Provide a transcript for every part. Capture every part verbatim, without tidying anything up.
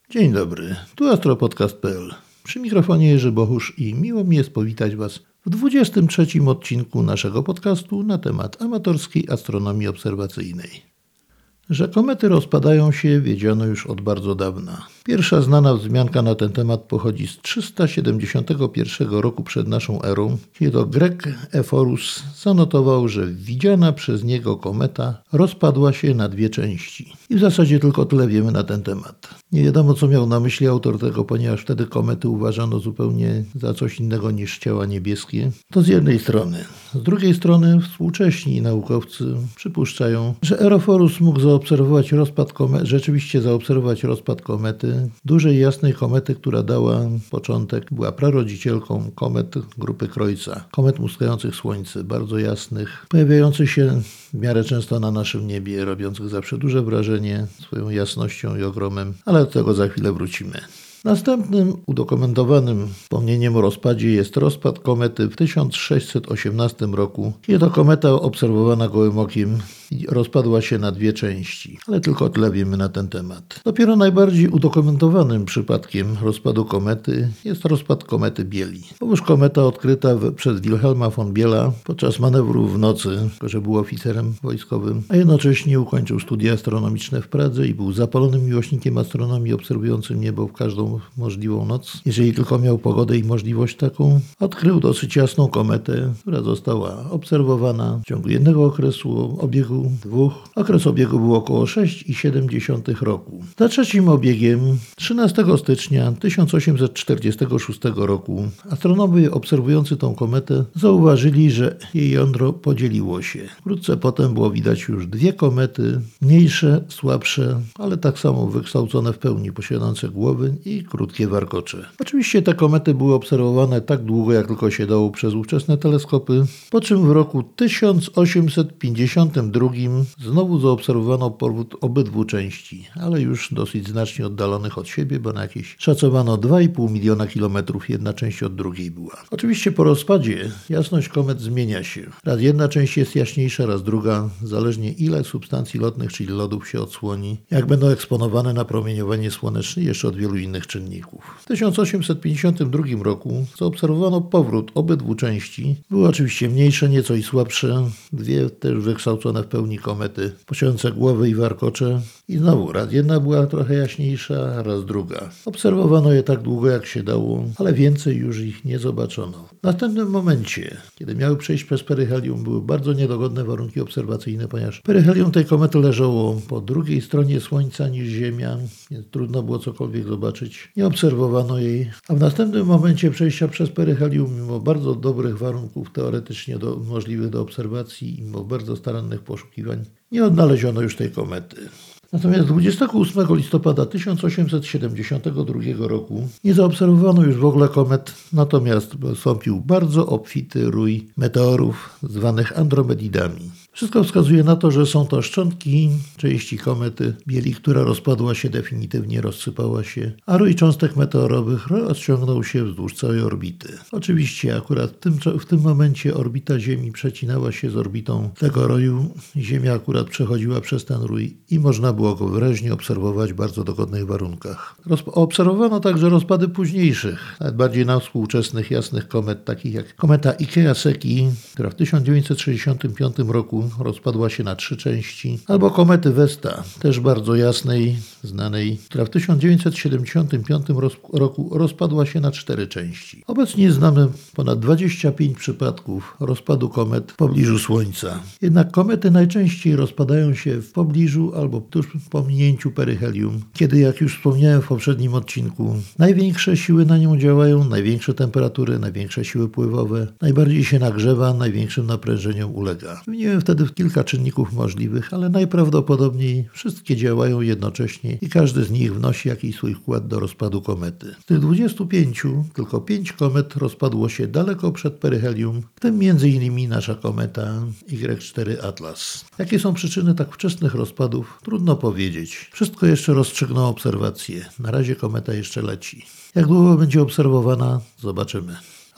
Dzień dobry, tu astropodcast kropka p l. Przy mikrofonie Jerzy Bohusz i miło mi jest powitać Was w dwudziestym trzecim odcinku naszego podcastu na temat amatorskiej astronomii obserwacyjnej. Że komety rozpadają się, wiedziano już od bardzo dawna. Pierwsza znana wzmianka na ten temat pochodzi z trzysta siedemdziesiątego pierwszego roku przed naszą erą, kiedy to Grek Eforus zanotował, że widziana przez niego kometa rozpadła się na dwie części. I w zasadzie tylko tyle wiemy na ten temat. Nie wiadomo, co miał na myśli autor tego, ponieważ wtedy komety uważano zupełnie za coś innego niż ciała niebieskie. To z jednej strony. Z drugiej strony współcześni naukowcy przypuszczają, że Eforus mógł zaobserwować rozpad komety, rzeczywiście zaobserwować rozpad komety, dużej jasnej komety, która dała początek, była prarodzicielką komet grupy Kreuza, komet muskających Słońce, bardzo jasnych, pojawiających się w miarę często na naszym niebie, robiących zawsze duże wrażenie swoją jasnością i ogromem, ale do tego za chwilę wrócimy. Następnym udokumentowanym wspomnieniem o rozpadzie jest rozpad komety w tysiąc sześćset osiemnastym roku, kiedy to kometa obserwowana gołym okiem rozpadła się na dwie części, ale tylko tyle wiemy na ten temat. Dopiero najbardziej udokumentowanym przypadkiem rozpadu komety jest rozpad komety Bieli. Otóż kometa odkryta w, przez Wilhelma von Biela podczas manewru w nocy, tylko że był oficerem wojskowym, a jednocześnie ukończył studia astronomiczne w Pradze i był zapalonym miłośnikiem astronomii, obserwującym niebo w każdą możliwą noc. Jeżeli tylko miał pogodę i możliwość taką, odkrył dosyć jasną kometę, która została obserwowana w ciągu jednego okresu obiegu dwóch. Okres obiegu był około sześć i siedem roku. Za trzecim obiegiem trzynastego stycznia tysiąc osiemset czterdziestego szóstego roku astronomowie obserwujący tą kometę zauważyli, że jej jądro podzieliło się. Wkrótce potem było widać już dwie komety, mniejsze, słabsze, ale tak samo wykształcone w pełni, posiadające głowy i krótkie warkocze. Oczywiście te komety były obserwowane tak długo, jak tylko się dało przez ówczesne teleskopy, po czym w roku tysiąc osiemset pięćdziesiątym drugim znowu zaobserwowano powrót obydwu części, ale już dosyć znacznie oddalonych od siebie, bo na jakieś szacowano dwa i pół miliona kilometrów jedna część od drugiej była. Oczywiście po rozpadzie jasność komet zmienia się. Raz jedna część jest jaśniejsza, raz druga, zależnie ile substancji lotnych, czyli lodów się odsłoni, jak będą eksponowane na promieniowanie słoneczne i jeszcze od wielu innych czynników. W tysiąc osiemset pięćdziesiątym drugim roku zaobserwowano powrót obydwu części. Były oczywiście mniejsze, nieco i słabsze, dwie też wykształcone w pełni komety, posiadające głowy i warkocze. I znowu raz jedna była trochę jaśniejsza, raz druga. Obserwowano je tak długo, jak się dało, ale więcej już ich nie zobaczono. W następnym momencie, kiedy miały przejść przez peryhelium, były bardzo niedogodne warunki obserwacyjne, ponieważ peryhelium tej komety leżało po drugiej stronie Słońca niż Ziemia, więc trudno było cokolwiek zobaczyć. Nie obserwowano jej, a w następnym momencie przejścia przez peryhelium, mimo bardzo dobrych warunków teoretycznie do, możliwych do obserwacji i mimo bardzo starannych poszukiwań, nie odnaleziono już tej komety. Natomiast dwudziestego ósmego listopada tysiąc osiemset siedemdziesiątego drugiego roku nie zaobserwowano już w ogóle komet, natomiast wystąpił bardzo obfity rój meteorów zwanych Andromedidami. Wszystko wskazuje na to, że są to szczątki części komety Bieli, która rozpadła się definitywnie, rozsypała się, a rój cząstek meteorowych rozciągnął się wzdłuż całej orbity. Oczywiście akurat w tym, w tym momencie orbita Ziemi przecinała się z orbitą tego roju. Ziemia akurat przechodziła przez ten rój i można było go wyraźnie obserwować w bardzo dogodnych warunkach. Rozp- obserwowano także rozpady późniejszych, nawet bardziej na współczesnych jasnych komet, takich jak kometa Ikea-Seki, która w tysiąc dziewięćset sześćdziesiątym piątym roku rozpadła się na trzy części, albo komety Vesta, też bardzo jasnej, znanej, która w tysiąc dziewięćset siedemdziesiątym piątym roz- roku rozpadła się na cztery części. Obecnie znamy ponad dwadzieścia pięć przypadków rozpadu komet w pobliżu Słońca. Jednak komety najczęściej rozpadają się w pobliżu albo tuż po minięciu peryhelium, kiedy, jak już wspomniałem w poprzednim odcinku, największe siły na nią działają, największe temperatury, największe siły pływowe, najbardziej się nagrzewa, największym naprężeniom ulega. Wymieniłem wtedy kilka czynników możliwych, ale najprawdopodobniej wszystkie działają jednocześnie i każdy z nich wnosi jakiś swój wkład do rozpadu komety. Z tych dwudziestu pięciu tylko pięć komet rozpadło się daleko przed peryhelium, w tym między innymi nasza kometa Y cztery Atlas. Jakie są przyczyny tak wczesnych rozpadów? Trudno powiedzieć. Wszystko jeszcze rozstrzygną obserwacje. Na razie kometa jeszcze leci. Jak długo będzie obserwowana? Zobaczymy.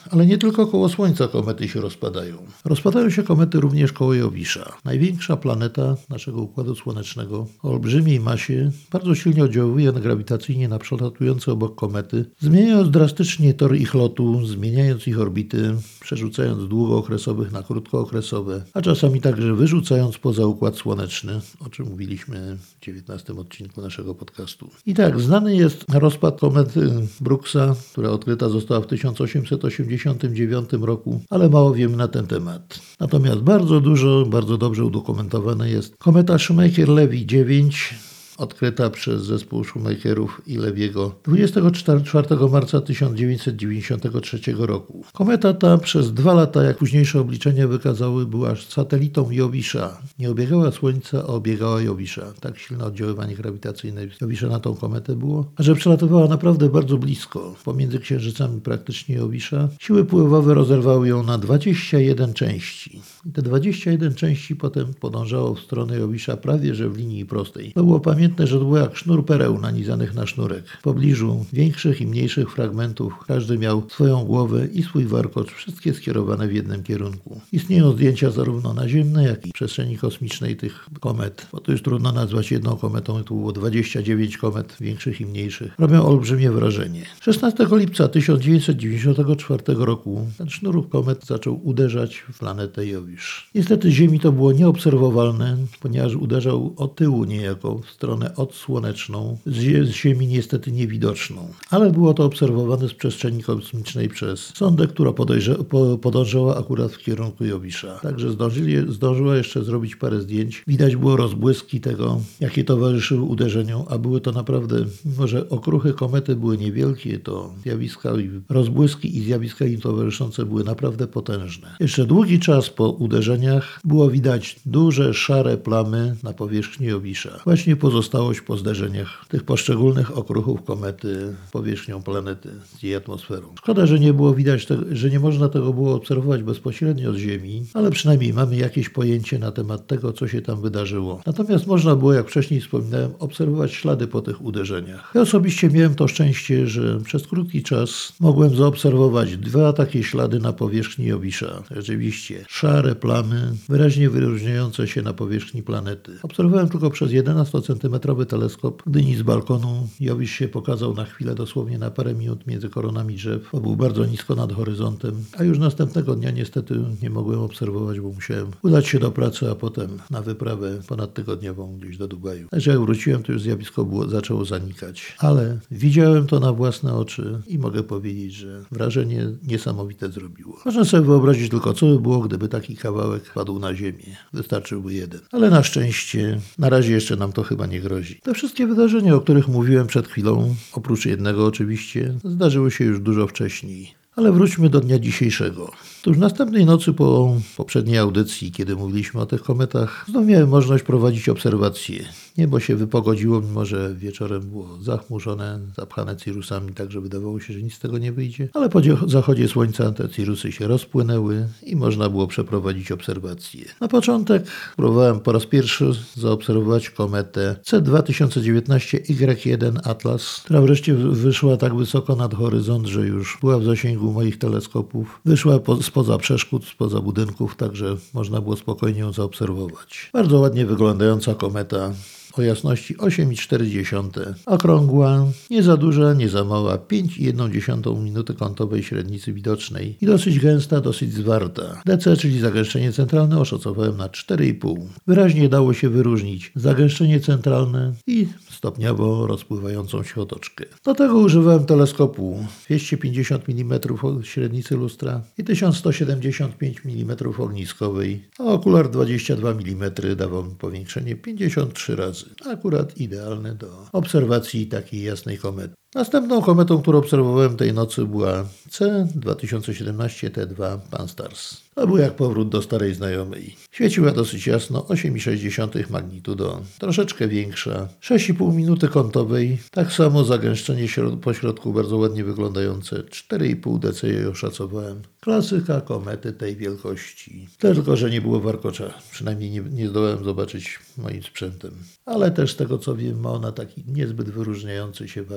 Ale nie tylko koło Słońca komety się rozpadają. Rozpadają się komety również koło Jowisza. Największa planeta naszego Układu Słonecznego o olbrzymiej masie bardzo silnie oddziałuje grawitacyjnie na przelatujące obok komety, zmieniając drastycznie tor ich lotu, zmieniając ich orbity, przerzucając długookresowych na krótkookresowe, a czasami także wyrzucając poza Układ Słoneczny, o czym mówiliśmy w dziewiętnastym odcinku naszego podcastu. I tak, znany jest rozpad komety Brooksa, która odkryta została w tysiąc osiemset osiemdziesiątym dziewiątym roku, ale mało wiemy na ten temat. Natomiast bardzo dużo, bardzo dobrze udokumentowane jest kometa Shoemaker-Levy dziewięć, odkryta przez zespół Shoemakerów i Leviego dwudziestego czwartego marca tysiąc dziewięćset dziewięćdziesiątego trzeciego roku. Kometa ta przez dwa lata, jak późniejsze obliczenia wykazały, była satelitą Jowisza. Nie obiegała Słońca, a obiegała Jowisza. Tak silne oddziaływanie grawitacyjne Jowisza na tą kometę było, a że przelatywała naprawdę bardzo blisko, pomiędzy księżycami praktycznie Jowisza, siły pływowe rozerwały ją na dwadzieścia jeden części. I te dwadzieścia jeden części potem podążało w stronę Jowisza prawie że w linii prostej. To było pamiętne, że to było jak sznur pereł nanizanych na sznurek. W pobliżu większych i mniejszych fragmentów każdy miał swoją głowę i swój warkocz, wszystkie skierowane w jednym kierunku. Istnieją zdjęcia zarówno naziemne, jak i w przestrzeni kosmicznej tych komet, bo to już trudno nazwać jedną kometą, tu było dwadzieścia dziewięć komet, większych i mniejszych. Robią olbrzymie wrażenie. szesnastego lipca tysiąc dziewięćset dziewięćdziesiątego czwartego roku ten sznur komet zaczął uderzać w planetę Jowisz. Niestety Ziemi to było nieobserwowalne, ponieważ uderzał o tyłu niejako w stronę odsłoneczną, z Ziemi niestety niewidoczną. Ale było to obserwowane z przestrzeni kosmicznej przez sondę, która podejrze, po, podążała akurat w kierunku Jowisza. Także zdążyli, zdążyła jeszcze zrobić parę zdjęć. Widać było rozbłyski tego, jakie towarzyszyły uderzeniom, a były to naprawdę, mimo że okruchy komety były niewielkie, to zjawiska i rozbłyski i zjawiska im towarzyszące były naprawdę potężne. Jeszcze długi czas po uderzeniach było widać duże, szare plamy na powierzchni Jowisza. Właśnie pozostałość po zderzeniach tych poszczególnych okruchów komety z powierzchnią planety, z jej atmosferą. Szkoda, że nie było widać, te, że nie można tego było obserwować bezpośrednio z Ziemi, ale przynajmniej mamy jakieś pojęcie na temat tego, co się tam wydarzyło. Natomiast można było, jak wcześniej wspominałem, obserwować ślady po tych uderzeniach. Ja osobiście miałem to szczęście, że przez krótki czas mogłem zaobserwować dwa takie ślady na powierzchni Jowisza. Rzeczywiście szare plamy, wyraźnie wyróżniające się na powierzchni planety. Obserwowałem tylko przez jedenastocentymetrowy teleskop, gdy nic z balkonu. Jowisz się pokazał na chwilę, dosłownie na parę minut między koronami drzew, bo był bardzo nisko nad horyzontem, a już następnego dnia niestety nie mogłem obserwować, bo musiałem udać się do pracy, a potem na wyprawę ponadtygodniową gdzieś do Dubaju. Także jak wróciłem, to już zjawisko było, zaczęło zanikać. Ale widziałem to na własne oczy i mogę powiedzieć, że wrażenie niesamowite zrobiło. Można sobie wyobrazić tylko, co by było, gdyby taki kawałek padł na ziemię. Wystarczyłby jeden. Ale na szczęście na razie jeszcze nam to chyba nie grozi. Te wszystkie wydarzenia, o których mówiłem przed chwilą, oprócz jednego oczywiście, zdarzyły się już dużo wcześniej. Ale wróćmy do dnia dzisiejszego. Tuż następnej nocy po poprzedniej audycji, kiedy mówiliśmy o tych kometach, znów miałem możliwość prowadzić obserwacje. Niebo się wypogodziło, mimo że wieczorem było zachmurzone, zapchane cirrusami, tak że wydawało się, że nic z tego nie wyjdzie. Ale po zachodzie słońca te cirrusy się rozpłynęły i można było przeprowadzić obserwacje. Na początek próbowałem po raz pierwszy zaobserwować kometę C dwa tysiące dziewiętnaście Y jeden Atlas, która wreszcie wyszła tak wysoko nad horyzont, że już była w zasięgu moich teleskopów. Wyszła po, spoza przeszkód, spoza budynków, także można było spokojnie ją zaobserwować. Bardzo ładnie wyglądająca kometa. O jasności osiem i cztery dziesiąte. Okrągła, nie za duża, nie za mała, pięć i jedną dziesiątą minuty kątowej średnicy widocznej i dosyć gęsta, dosyć zwarta. D C, czyli zagęszczenie centralne, oszacowałem na cztery i pół. Wyraźnie dało się wyróżnić zagęszczenie centralne i stopniowo rozpływającą się otoczkę. Do tego używałem teleskopu dwieście pięćdziesiąt milimetrów średnicy lustra i tysiąc sto siedemdziesiąt pięć milimetrów ogniskowej, a okular dwadzieścia dwa milimetry dawał mi powiększenie pięćdziesiąt trzy razy. Akurat idealne do obserwacji takiej jasnej komety. Następną kometą, którą obserwowałem tej nocy, była C dwa tysiące siedemnaście T dwa Pan-STARRS. To był jak powrót do starej znajomej. Świeciła dosyć jasno, osiem i sześć dziesiątych magnitudo, troszeczkę większa, sześć i pół minuty kątowej, tak samo zagęszczenie pośrodku bardzo ładnie wyglądające, cztery i pół D C jej oszacowałem. Klasyka komety tej wielkości. Tylko, że nie było warkocza, przynajmniej nie, nie zdołałem zobaczyć moim sprzętem. Ale też z tego co wiem, ma ona taki niezbyt wyróżniający się warkocz.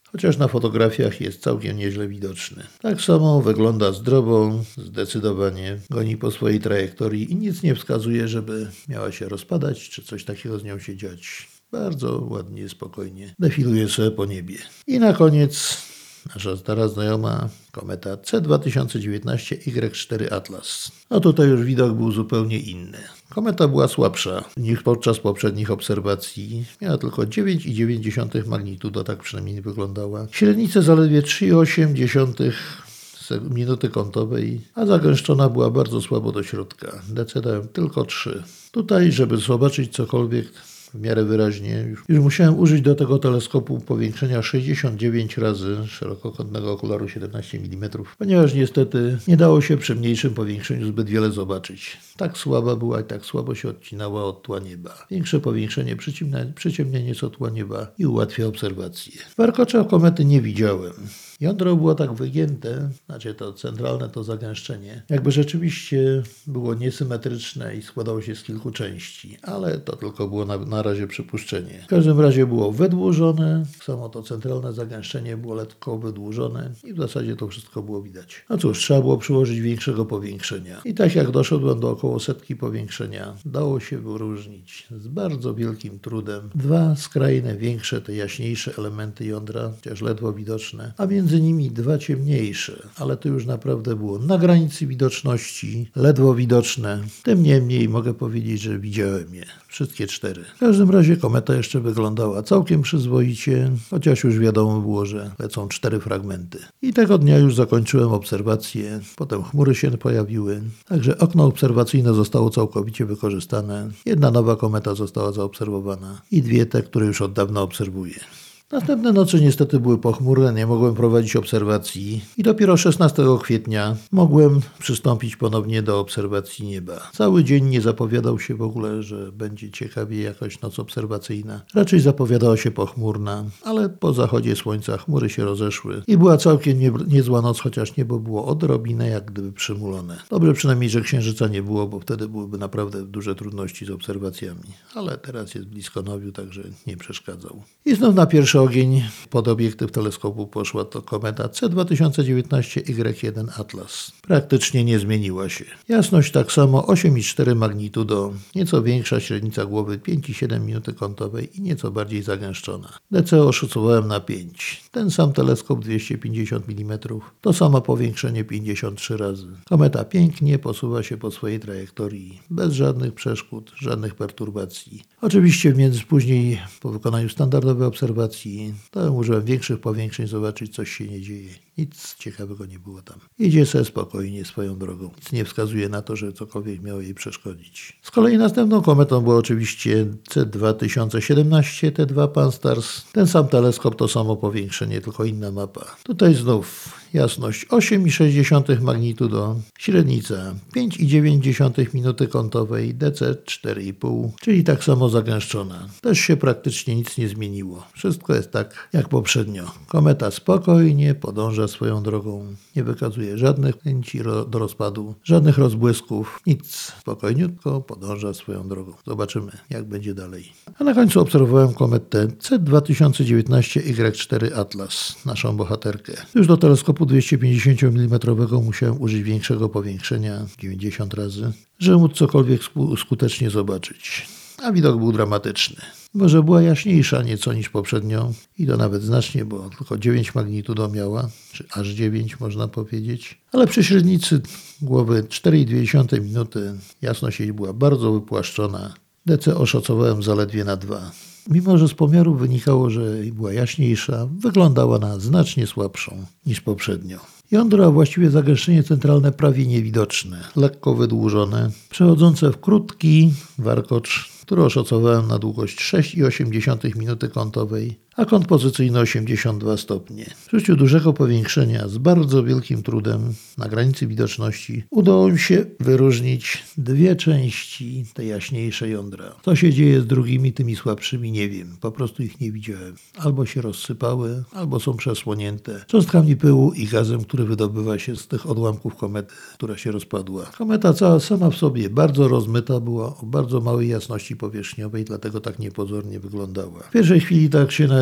chociaż na fotografiach jest całkiem nieźle widoczny. Tak samo wygląda zdrowo, zdecydowanie goni po swojej trajektorii i nic nie wskazuje, żeby miała się rozpadać, czy coś takiego z nią się dziać. Bardzo ładnie, spokojnie defiluje sobie po niebie. I na koniec nasza stara znajoma kometa C dwa tysiące dziewiętnaście Y cztery Atlas. No tutaj już widok był zupełnie inny. Kometa była słabsza niż podczas poprzednich obserwacji. Miała tylko dziewięć i dziewięć dziesiątych magnitudo, tak przynajmniej wyglądała. Średnicę zaledwie trzy i osiem dziesiątych minuty kątowej, a zagęszczona była bardzo słabo do środka. D C dałem tylko trzy. Tutaj, żeby zobaczyć cokolwiek w miarę wyraźnie, już, już musiałem użyć do tego teleskopu powiększenia sześćdziesiąt dziewięć razy szerokokątnego okularu siedemnaście milimetrów, ponieważ niestety nie dało się przy mniejszym powiększeniu zbyt wiele zobaczyć. Tak słaba była i tak słabo się odcinała od tła nieba. Większe powiększenie przyciemnia nieco tła nieba i ułatwia obserwacje. Warkocza komety nie widziałem. Jądro było tak wygięte, znaczy to centralne to zagęszczenie, jakby rzeczywiście było niesymetryczne i składało się z kilku części, ale to tylko było na, na razie przypuszczenie. W każdym razie było wydłużone, samo to centralne zagęszczenie było lekko wydłużone i w zasadzie to wszystko było widać. No cóż, trzeba było przyłożyć większego powiększenia. I tak jak doszedłem do około setki powiększenia, dało się wyróżnić z bardzo wielkim trudem dwa skrajne, większe, te jaśniejsze elementy jądra, chociaż ledwo widoczne, a między Między nimi dwa ciemniejsze, ale to już naprawdę było na granicy widoczności, ledwo widoczne. Tym niemniej mogę powiedzieć, że widziałem je. Wszystkie cztery. W każdym razie kometa jeszcze wyglądała całkiem przyzwoicie, chociaż już wiadomo było, że lecą cztery fragmenty. I tego dnia już zakończyłem obserwacje, potem chmury się pojawiły, także okno obserwacyjne zostało całkowicie wykorzystane. Jedna nowa kometa została zaobserwowana i dwie te, które już od dawna obserwuję. Następne noce niestety były pochmurne, nie mogłem prowadzić obserwacji i dopiero szesnastego kwietnia mogłem przystąpić ponownie do obserwacji nieba. Cały dzień nie zapowiadał się w ogóle, że będzie ciekawie jakaś noc obserwacyjna. Raczej zapowiadała się pochmurna, ale po zachodzie słońca chmury się rozeszły i była całkiem nie, niezła noc, chociaż niebo było odrobinę jak gdyby przymulone. Dobrze przynajmniej, że księżyca nie było, bo wtedy byłyby naprawdę duże trudności z obserwacjami. Ale teraz jest blisko nowiu, także nie przeszkadzał. I znów na pierwszy ogień pod obiektyw teleskopu poszła to kometa C dwa tysiące dziewiętnaście Y jeden Atlas. Praktycznie nie zmieniła się. Jasność tak samo osiem i cztery magnitudo, nieco większa średnica głowy pięć i siedem minuty kątowej i nieco bardziej zagęszczona. D C oszacowałem na pięć. Ten sam teleskop dwieście pięćdziesiąt milimetrów, to samo powiększenie pięćdziesiąt trzy razy. Kometa pięknie posuwa się po swojej trajektorii, bez żadnych przeszkód, żadnych perturbacji. Oczywiście między później po wykonaniu standardowej obserwacji to użyłem większych powiększeń, zobaczyć coś się nie dzieje. Nic ciekawego nie było tam. Idzie se spokojnie swoją drogą. Nic nie wskazuje na to, że cokolwiek miało jej przeszkodzić. Z kolei następną kometą była oczywiście C dwa tysiące siedemnaście T dwa Pan-STARRS. Ten sam teleskop, to samo powiększenie, tylko inna mapa. Tutaj znów jasność osiem i sześć dziesiątych magnitudo, średnica pięć i dziewięć dziesiątych minuty kątowej, D C cztery i pół, czyli tak samo zagęszczona. Też się praktycznie nic nie zmieniło. Wszystko jest tak jak poprzednio. Kometa spokojnie podąża swoją drogą. Nie wykazuje żadnych chęci ro- do rozpadu, żadnych rozbłysków. Nic. Spokojniutko podąża swoją drogą. Zobaczymy, jak będzie dalej. A na końcu obserwowałem kometę C dwa tysiące dziewiętnaście Y cztery Atlas, naszą bohaterkę. Już do teleskopu dwieście pięćdziesiąt milimetrów musiałem użyć większego powiększenia, dziewięćdziesiąt razy, żeby móc cokolwiek skutecznie zobaczyć. A widok był dramatyczny. Może była jaśniejsza nieco niż poprzednio i to nawet znacznie, bo tylko dziewięć magnitudo miała, czy aż dziewięć można powiedzieć. Ale przy średnicy głowy cztery i dwie dziesiąte minuty jasność jej była bardzo wypłaszczona. D C oszacowałem zaledwie na dwa. Mimo że z pomiaru wynikało, że była jaśniejsza, wyglądała na znacznie słabszą niż poprzednio. Jądro, a właściwie zagęszczenie centralne prawie niewidoczne, lekko wydłużone, przechodzące w krótki warkocz, który oszacowałem na długość sześć i osiem dziesiątych minuty kątowej, a kąt pozycyjny osiemdziesiąt dwa stopnie. W użyciu dużego powiększenia z bardzo wielkim trudem na granicy widoczności udało mi się wyróżnić dwie części tej jaśniejszej jądra. Co się dzieje z drugimi, tymi słabszymi, nie wiem. Po prostu ich nie widziałem. Albo się rozsypały, albo są przesłonięte cząstkami pyłu i gazem, który wydobywa się z tych odłamków komety, która się rozpadła. Kometa cała sama w sobie bardzo rozmyta była, o bardzo małej jasności powierzchniowej, dlatego tak niepozornie wyglądała. W pierwszej chwili tak się nawet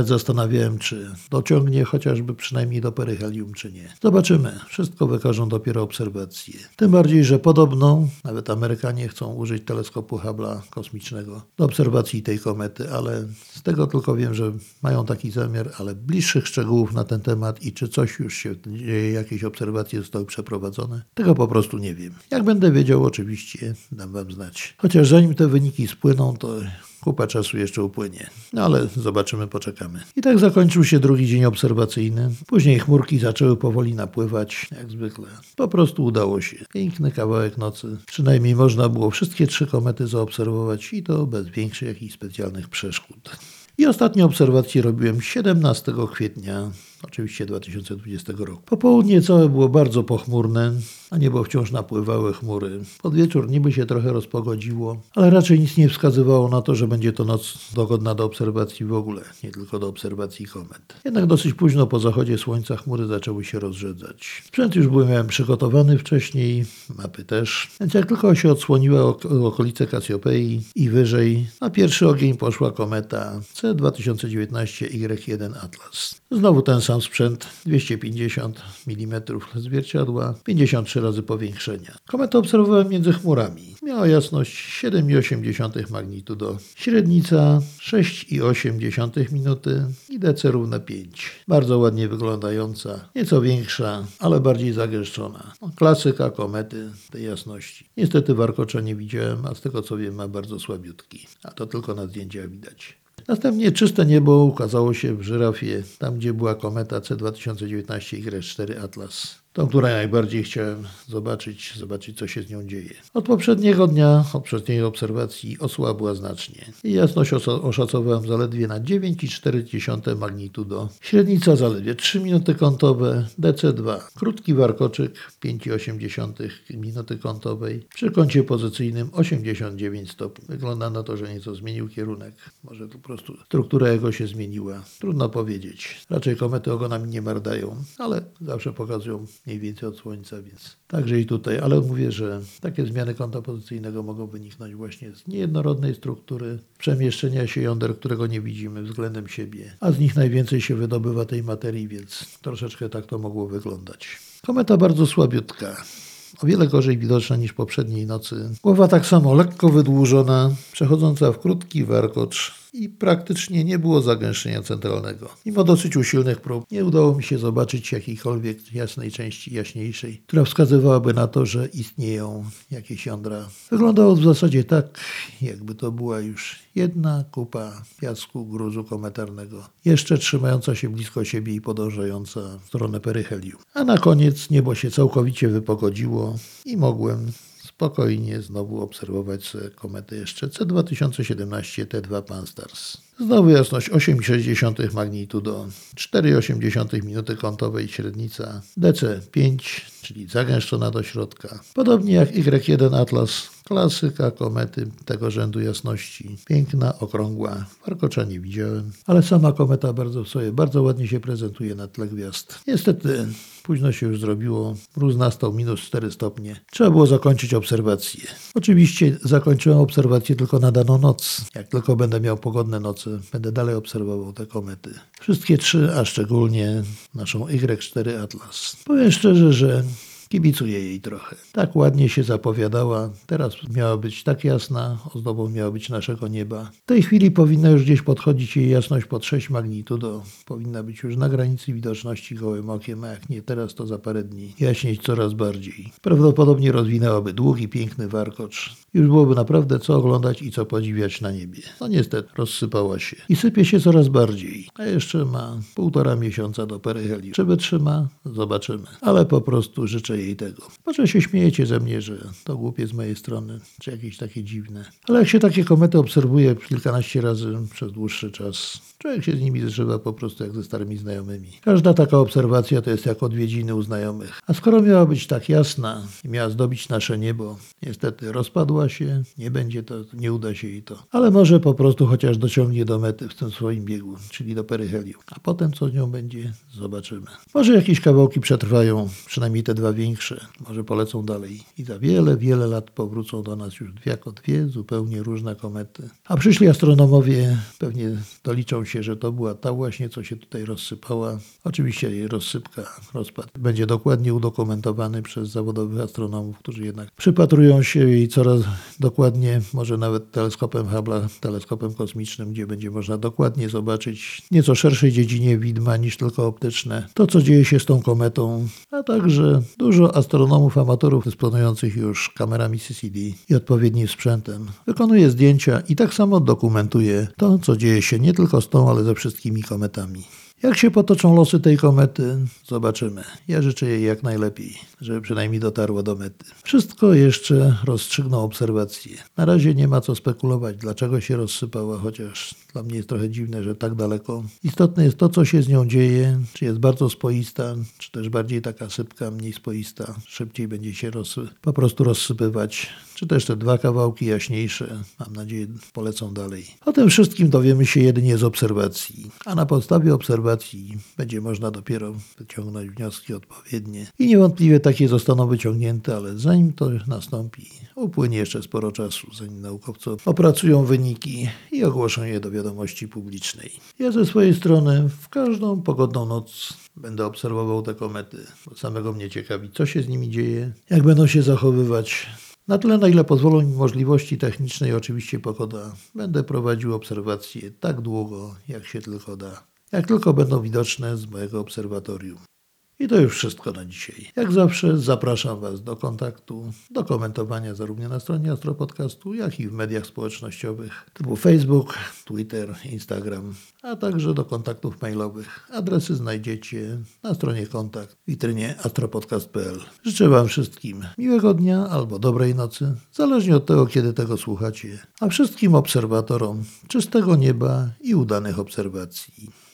nawet zastanawiałem, czy dociągnie chociażby przynajmniej do peryhelium, czy nie. Zobaczymy. Wszystko wykażą dopiero obserwacje. Tym bardziej, że podobno nawet Amerykanie chcą użyć teleskopu Hubble'a kosmicznego do obserwacji tej komety, ale z tego tylko wiem, że mają taki zamiar, ale bliższych szczegółów na ten temat i czy coś już się dzieje, jakieś obserwacje zostały przeprowadzone, tego po prostu nie wiem. Jak będę wiedział, oczywiście dam wam znać. Chociaż zanim te wyniki spłyną, to kupa czasu jeszcze upłynie. No ale zobaczymy, poczekamy. I tak zakończył się drugi dzień obserwacyjny. Później chmurki zaczęły powoli napływać, jak zwykle. Po prostu udało się. Piękny kawałek nocy. Przynajmniej można było wszystkie trzy komety zaobserwować i to bez większych jakichś specjalnych przeszkód. I ostatnie obserwacje robiłem siedemnastego kwietnia, oczywiście dwa tysiące dwudziestego roku. Popołudnie całe było bardzo pochmurne, a niebo wciąż napływały chmury. Pod wieczór niby się trochę rozpogodziło, ale raczej nic nie wskazywało na to, że będzie to noc dogodna do obserwacji w ogóle, nie tylko do obserwacji komet. Jednak dosyć późno po zachodzie słońca chmury zaczęły się rozrzedzać. Sprzęt już byłem miałem przygotowany wcześniej, mapy też, więc jak tylko się odsłoniła ok- okolice Kasiopei i wyżej, na pierwszy ogień poszła kometa C dwa tysiące dziewiętnaście Y jeden Atlas. Znowu ten sam sprzęt, dwieście pięćdziesiąt milimetrów zwierciadła, pięćdziesiąt trzy razy powiększenia. Kometę obserwowałem między chmurami. Miała jasność siedem i osiem dziesiątych magnitudo, średnica sześć i osiem dziesiątych minuty i D C równe pięć. Bardzo ładnie wyglądająca, nieco większa, ale bardziej zagęszczona. Klasyka komety tej jasności. Niestety warkocza nie widziałem, a z tego co wiem ma bardzo słabiutki. A to tylko na zdjęciach widać. Następnie czyste niebo ukazało się w Żyrafie, tam gdzie była kometa C dwa tysiące dziewiętnaście Y cztery Atlas. Tą, którą najbardziej chciałem zobaczyć, zobaczyć co się z nią dzieje. Od poprzedniego dnia, od poprzedniej obserwacji osłabła znacznie. Jej jasność os- oszacowałem zaledwie na dziewięć i cztery dziesiąte magnitudo. Średnica zaledwie trzy minuty kątowe, D C dwa. Krótki warkoczyk, pięć i osiem dziesiątych minuty kątowej. Przy kącie pozycyjnym osiemdziesiąt dziewięć stopni. Wygląda na to, że nieco zmienił kierunek. Może tu po prostu struktura jego się zmieniła. Trudno powiedzieć. Raczej komety ogonami nie mardają, ale zawsze pokazują mniej więcej od Słońca, więc także i tutaj. Ale mówię, że takie zmiany kąta pozycyjnego mogą wyniknąć właśnie z niejednorodnej struktury, przemieszczenia się jąder, którego nie widzimy względem siebie, a z nich najwięcej się wydobywa tej materii, więc troszeczkę tak to mogło wyglądać. Kometa bardzo słabiutka. O wiele gorzej widoczna niż poprzedniej nocy. Głowa tak samo lekko wydłużona, przechodząca w krótki warkocz i praktycznie nie było zagęszczenia centralnego. Mimo dosyć usilnych prób nie udało mi się zobaczyć jakiejkolwiek jasnej części jaśniejszej, która wskazywałaby na to, że istnieją jakieś jądra. Wyglądało w zasadzie tak, jakby to była już jedna kupa piasku, gruzu kometarnego, jeszcze trzymająca się blisko siebie i podążająca w stronę peryhelium. A na koniec niebo się całkowicie wypogodziło i mogłem spokojnie znowu obserwować kometę jeszcze C dwa tysiące siedemnaście T dwa Pan-STARRS. Znowu jasność osiem i sześć dziesiątych magnitudo, cztery i osiem dziesiątych minuty kątowej, średnica D C pięć, czyli zagęszczona do środka. Podobnie jak Y jeden Atlas, klasyka komety tego rzędu jasności. Piękna, okrągła, warkocza nie widziałem, ale sama kometa bardzo w sobie, bardzo ładnie się prezentuje na tle gwiazd. Niestety późno się już zrobiło, mróz nastał, minus cztery stopnie. Trzeba było zakończyć obserwację. Oczywiście zakończyłem obserwację tylko na daną noc. Jak tylko będę miał pogodne noce, będę dalej obserwował te komety. Wszystkie trzy, a szczególnie naszą Y cztery Atlas. Powiem szczerze, że kibicuję jej trochę. Tak ładnie się zapowiadała. Teraz miała być tak jasna, ozdobą miała być naszego nieba. W tej chwili powinna już gdzieś podchodzić jej jasność pod sześć magnitudo. Powinna być już na granicy widoczności gołym okiem, a jak nie teraz, to za parę dni jaśnieć coraz bardziej. Prawdopodobnie rozwinęłaby długi, piękny warkocz. Już byłoby naprawdę co oglądać i co podziwiać na niebie. No niestety, rozsypała się. I sypie się coraz bardziej. A jeszcze ma półtora miesiąca do peryhelium. Czy wytrzyma? Zobaczymy. Ale po prostu życzę jej tego. Może się śmiejecie ze mnie, że to głupie z mojej strony, czy jakieś takie dziwne. Ale jak się takie komety obserwuje kilkanaście razy przez dłuższy czas, człowiek się z nimi zżywa po prostu jak ze starymi znajomymi. Każda taka obserwacja to jest jak odwiedziny u znajomych. A skoro miała być tak jasna i miała zdobić nasze niebo, niestety rozpadła się, nie będzie to, nie uda się jej to. Ale może po prostu chociaż dociągnie do mety w tym swoim biegu, czyli do peryhelium. A potem co z nią będzie, zobaczymy. Może jakieś kawałki przetrwają, przynajmniej te dwa większe większe. Może polecą dalej i za wiele, wiele lat powrócą do nas już jako dwie zupełnie różne komety. A przyszli astronomowie pewnie doliczą się, że to była ta właśnie, co się tutaj rozsypała. Oczywiście jej rozsypka, rozpad będzie dokładnie udokumentowany przez zawodowych astronomów, którzy jednak przypatrują się jej coraz dokładnie, może nawet teleskopem Hubble'a, teleskopem kosmicznym, gdzie będzie można dokładnie zobaczyć w nieco szerszej dziedzinie widma niż tylko optyczne to, co dzieje się z tą kometą, a także dużo astronomów, amatorów dysponujących już kamerami C C D i odpowiednim sprzętem wykonuje zdjęcia i tak samo dokumentuje to, co dzieje się nie tylko z tą, ale ze wszystkimi kometami. Jak się potoczą losy tej komety, zobaczymy. Ja życzę jej jak najlepiej, żeby przynajmniej dotarła do mety. Wszystko jeszcze rozstrzygną obserwacje. Na razie nie ma co spekulować, dlaczego się rozsypała, chociaż dla mnie jest trochę dziwne, że tak daleko. Istotne jest to, co się z nią dzieje, czy jest bardzo spoista, czy też bardziej taka sypka, mniej spoista, szybciej będzie się rozsy- po prostu rozsypywać, czy też te dwa kawałki jaśniejsze, mam nadzieję, polecą dalej. O tym wszystkim dowiemy się jedynie z obserwacji, a na podstawie obserwacji będzie można dopiero wyciągnąć wnioski odpowiednie i niewątpliwie takie zostaną wyciągnięte, ale zanim to nastąpi, upłynie jeszcze sporo czasu, zanim naukowcy opracują wyniki i ogłoszą je do wiadomości publicznej. Ja ze swojej strony w każdą pogodną noc będę obserwował te komety, bo samego mnie ciekawi, co się z nimi dzieje, jak będą się zachowywać. Na tyle, na ile pozwolą mi możliwości techniczne i oczywiście pogoda, będę prowadził obserwacje tak długo, jak się tylko da. Jak tylko będą widoczne z mojego obserwatorium. I to już wszystko na dzisiaj. Jak zawsze zapraszam Was do kontaktu, do komentowania zarówno na stronie Astropodcastu, jak i w mediach społecznościowych typu Facebook, Twitter, Instagram, a także do kontaktów mailowych. Adresy znajdziecie na stronie kontakt w witrynie astropodcast kropka p l. Życzę Wam wszystkim miłego dnia albo dobrej nocy, zależnie od tego, kiedy tego słuchacie, a wszystkim obserwatorom czystego nieba i udanych obserwacji.